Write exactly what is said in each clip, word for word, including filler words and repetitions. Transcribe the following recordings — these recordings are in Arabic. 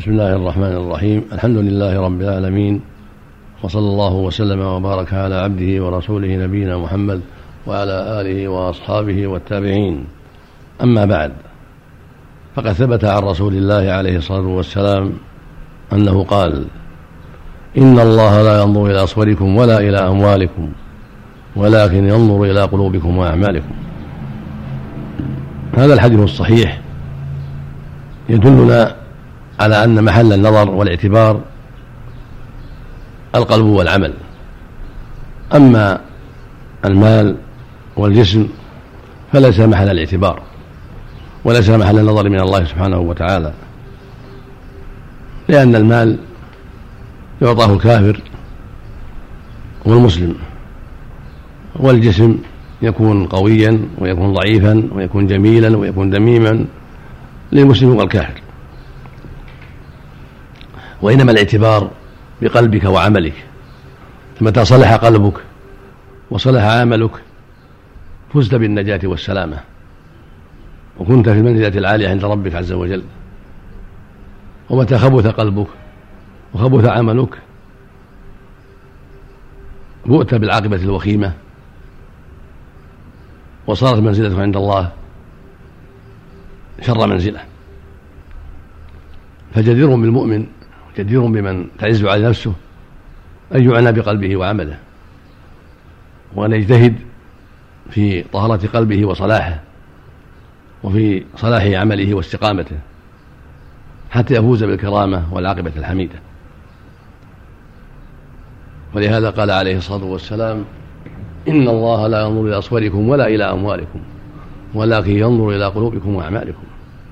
بسم الله الرحمن الرحيم. الحمد لله رب العالمين، وصلى الله وسلم وبارك على عبده ورسوله نبينا محمد وعلى آله وأصحابه والتابعين. أما بعد، فقد ثبت عن رسول الله عليه الصلاة والسلام أنه قال: إن الله لا ينظر إلى صوركم ولا إلى أموالكم ولكن ينظر إلى قلوبكم وأعمالكم. هذا الحديث الصحيح يدلنا على أن محل النظر والاعتبار القلب والعمل، أما المال والجسم فليس محل الاعتبار وليس محل النظر من الله سبحانه وتعالى، لأن المال يعطاه الكافر والمسلم، والجسم يكون قويا ويكون ضعيفا ويكون جميلا ويكون دميما للمسلم والكافر. وإنما الاعتبار بقلبك وعملك، فمتى صلح قلبك وصلح عملك فزت بالنجاة والسلامة، وكنت في المنزلة العالية عند ربك عز وجل. ومتى خبث قلبك وخبث عملك بؤت بالعاقبة الوخيمة، وصارت منزلتك عند الله شر منزلة. فجدير بالمؤمن، جدير بمن تعز على نفسه، أن يعنى بقلبه وعمله، وأن يجتهد في طهارة قلبه وصلاحه، وفي صلاح عمله واستقامته، حتى يفوز بالكرامة والعاقبة الحميدة. ولهذا قال عليه الصلاة والسلام: إن الله لا ينظر إلى صوركم ولا إلى أموالكم ولكن ينظر إلى قلوبكم وأعمالكم.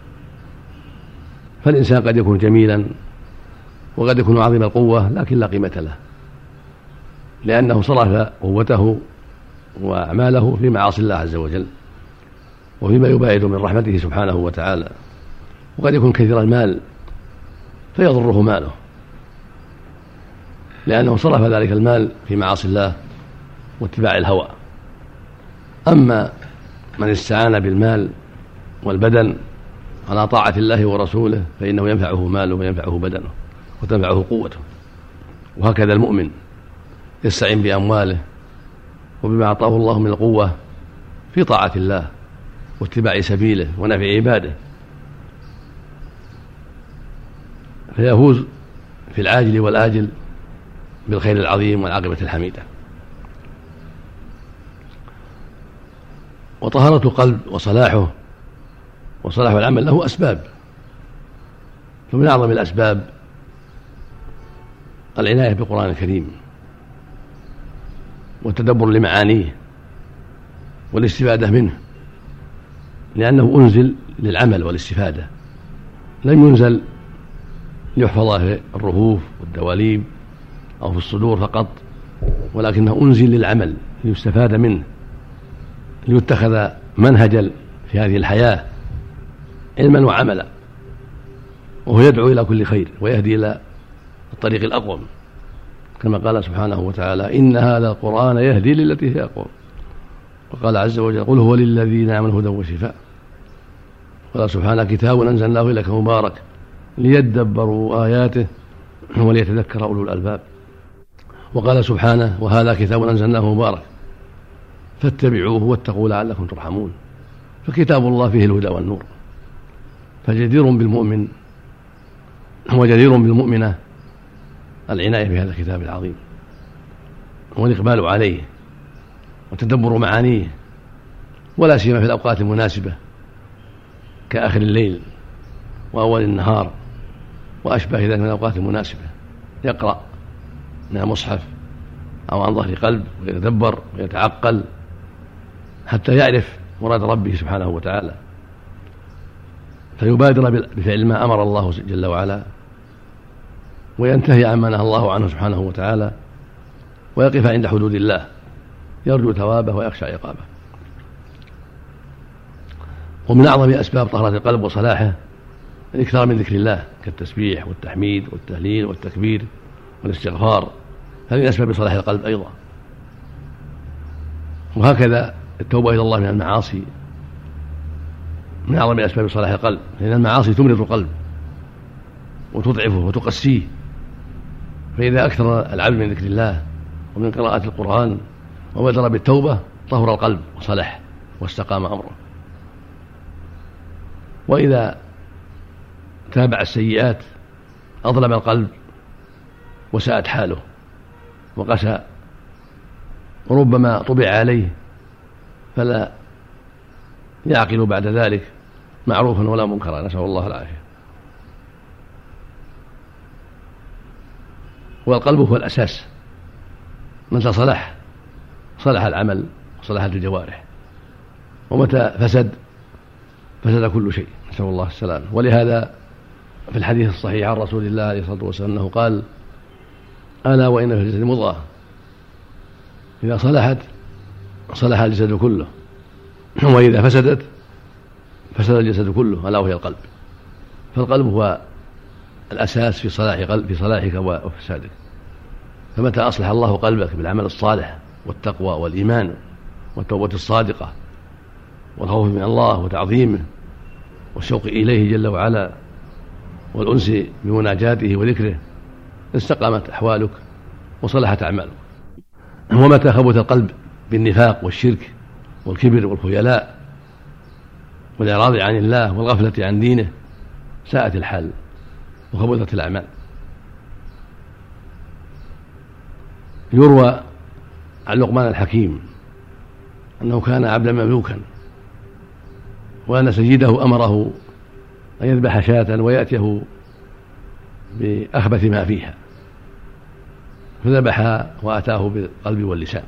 فالإنسان قد يكون جميلا وقد يكون عظيم القوة لكن لا قيمة له، لأنه صرف قوته وأعماله في معاصي الله عز وجل وفيما يباعد من رحمته سبحانه وتعالى. وقد يكون كثير المال فيضره ماله، لأنه صرف ذلك المال في معاصي الله واتباع الهوى. أما من استعان بالمال والبدن على طاعة الله ورسوله فإنه ينفعه ماله وينفعه بدنه وتنفعه قوته. وهكذا المؤمن يستعين بأمواله وبما أعطاه الله من القوة في طاعة الله واتباع سبيله ونفع عباده، فيفوز في العاجل والآجل بالخير العظيم والعاقبة الحميدة. وطهارة القلب وصلاحه وصلاح العمل له أسباب، فمن أعظم الأسباب العناية بالقرآن الكريم والتدبر لمعانيه والاستفادة منه، لأنه أنزل للعمل والاستفادة، لم ينزل ليحفظ في الرفوف والدواليب أو في الصدور فقط، ولكنه أنزل للعمل ليستفاد منه، ليتخذ منهجا في هذه الحياة علما وعملا، وهو يدعو إلى كل خير ويهدي إلى الطريق الأقوم، كما قال سبحانه وتعالى: إن هذا القرآن يهدي للتي هي أقوم. وقال عز وجل: قل هو للذين آمنوا هدى وشفاء. قال سبحانه: كتاب أنزلناه إليك مبارك ليدبروا آياته وليتذكر أولو الألباب. وقال سبحانه: وهذا كتاب أنزلناه مبارك فاتبعوه واتقوا لعلكم ترحمون. فكتاب الله فيه الهدى والنور، فجدير بالمؤمن وجدير بالمؤمنة العناية بهذا الكتاب العظيم والإقبال عليه وتدبر معانيه، ولا سيما في الأوقات المناسبة كآخر الليل وأول النهار وأشبه ذلك من الأوقات المناسبة، يقرأ من المصحف أو عن ظهر قلب ويتدبر ويتعقل حتى يعرف مراد ربه سبحانه وتعالى، فيبادر بفعل ما أمر الله جل وعلا وينتهي عما نهى الله عنه سبحانه وتعالى، ويقف عند حدود الله يرجو ثوابه ويخشى عقابه. ومن أعظم أسباب طهارة القلب وصلاحه الإكثار من ذكر الله كالتسبيح والتحميد والتهليل والتكبير والاستغفار، هذه من أسباب صلاح القلب أيضا. وهكذا التوبة إلى الله من المعاصي من أعظم أسباب صلاح القلب، لأن المعاصي تمرض القلب وتضعفه وتقسيه. فإذا أكثر العبد من ذكر الله ومن قراءة القرآن وبادر بالتوبة طهر القلب وصلح واستقام أمره. وإذا تابع السيئات أظلم القلب وساءت حاله وقسى، وربما طبع عليه فلا يعقل بعد ذلك معروفا ولا منكرا، نسأل الله العافية. والقلب هو الأساس، متى صلح صلح العمل وصلحت الجوارح، ومتى فسد فسد كل شيء، نسأل الله السلامة. ولهذا في الحديث الصحيح عن رسول الله عليه الصلاة والسلام أنه قال: ألا وإن في الجسد مضغة إذا صلحت صلح الجسد كله، وإذا فسدت فسد الجسد كله، ألا وهي القلب. فالقلب هو الأساس في صلاح قلب في صلاحك وفسادك. فمتى أصلح الله قلبك بالعمل الصالح والتقوى والإيمان والتوبة الصادقة والخوف من الله وتعظيمه والشوق إليه جل وعلا والأنس بمناجاته وذكره، استقامت أحوالك وصلحت أعمالك. ومتى خبث القلب بالنفاق والشرك والكبر والخيلاء والإعراض عن الله والغفلة عن دينه ساءت الحال وخبثت الأعمال. يروى عن لقمان الحكيم أنه كان عبدا مملوكا، وأن سيده أمره أن يذبح شاة ويأتيه بأخبث ما فيها، فذبحها وأتاه بالقلب واللسان.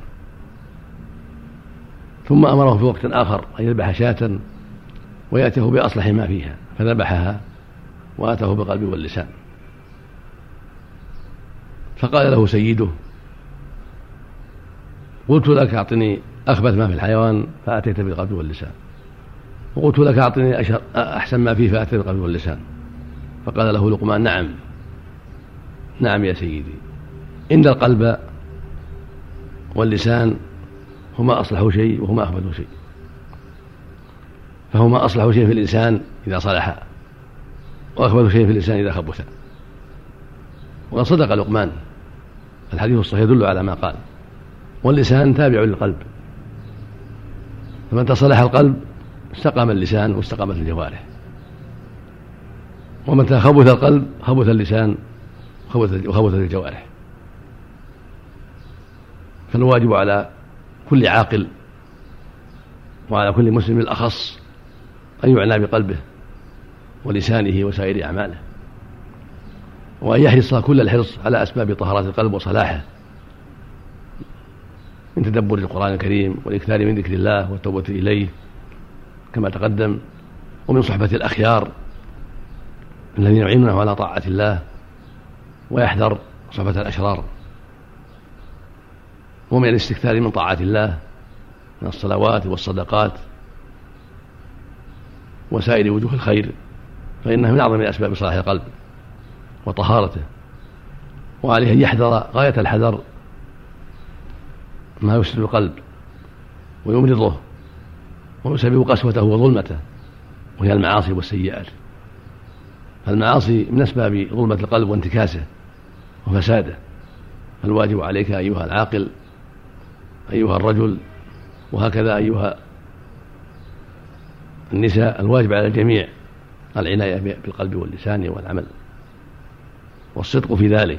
ثم أمره في وقت آخر أن يذبح شاة ويأتيه بأصلح ما فيها، فذبحها وأتاه بالقلب واللسان. فقال له سيده: قلت لك أعطني أخبث ما في الحيوان فأتيت بالقلب واللسان، وقلت لك أعطني أحسن ما فيه فأتيت بالقلب واللسان. فقال له لقمان: نعم نعم يا سيدي، إن القلب واللسان هما أصلح شيء وهما أخبث شيء، فهما أصلح شيء في الإنسان إذا صلح، وأخبث شيء في الإنسان إذا خبث. وقد صدق لقمان، الحديث الصحيح يدل على ما قال. واللسان تابع للقلب، فمتى صلح القلب استقام اللسان واستقامت الجوارح، ومتى خبث القلب خبث اللسان وخبثت الجوارح. فالواجب على كل عاقل وعلى كل مسلم بالأخص أن يعنى بقلبه ولسانه وسائر أعماله، وأن يحرص كل الحرص على أسباب طهارة القلب وصلاحه من تدبر القرآن الكريم والإكثار من ذكر الله والتوبة إليه كما تقدم، ومن صحبة الأخيار الذين يعينونه على طاعة الله، ويحذر صحبة الأشرار، ومن الاستكثار من طاعة الله من الصلوات والصدقات وسائر وجوه الخير، فإنها من أعظم أسباب صلاح القلب وطهارته. وعليه أن يحذر غاية الحذر ما يفسد القلب ويمرضه ويسبب قسوته وظلمته، وهي المعاصي والسيئات. فالمعاصي من أسباب ظلمة القلب وانتكاسه وفساده. فالواجب عليك أيها العاقل أيها الرجل، وهكذا أيها النساء، الواجب على الجميع العناية بالقلب واللسان والعمل والصدق في ذلك.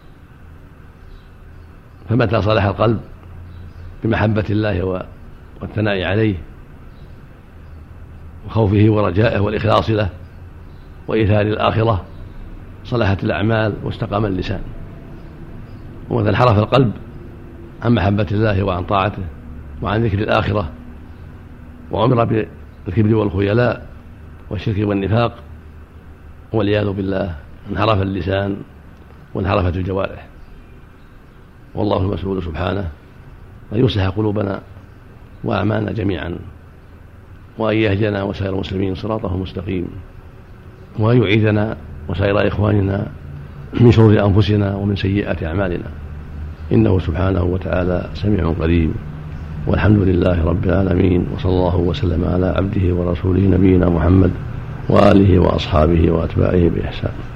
فمتى صلح القلب بمحبة الله والثناء عليه وخوفه ورجائه والإخلاص له وإيثار الآخرة صلحت الأعمال واستقام اللسان. ومتى انحرف القلب عن محبة الله وعن طاعته وعن ذكر الآخرة وأمر بالكبر والخيلاء والشرك والنفاق والعياذ بالله، انحرف اللسان وانحرفت الجوارح. والله المسؤول سبحانه أن يصلح قلوبنا وأعمالنا جميعا، وأن يهدينا وسائر المسلمين صراطه المستقيم، وأن يعيذنا وسائر إخواننا من شرور أنفسنا ومن سيئات أعمالنا، إنه سبحانه وتعالى سميع قريب. والحمد لله رب العالمين، وصلى الله وسلم على عبده ورسوله نبينا محمد وآله وأصحابه وأتباعه بإحسان.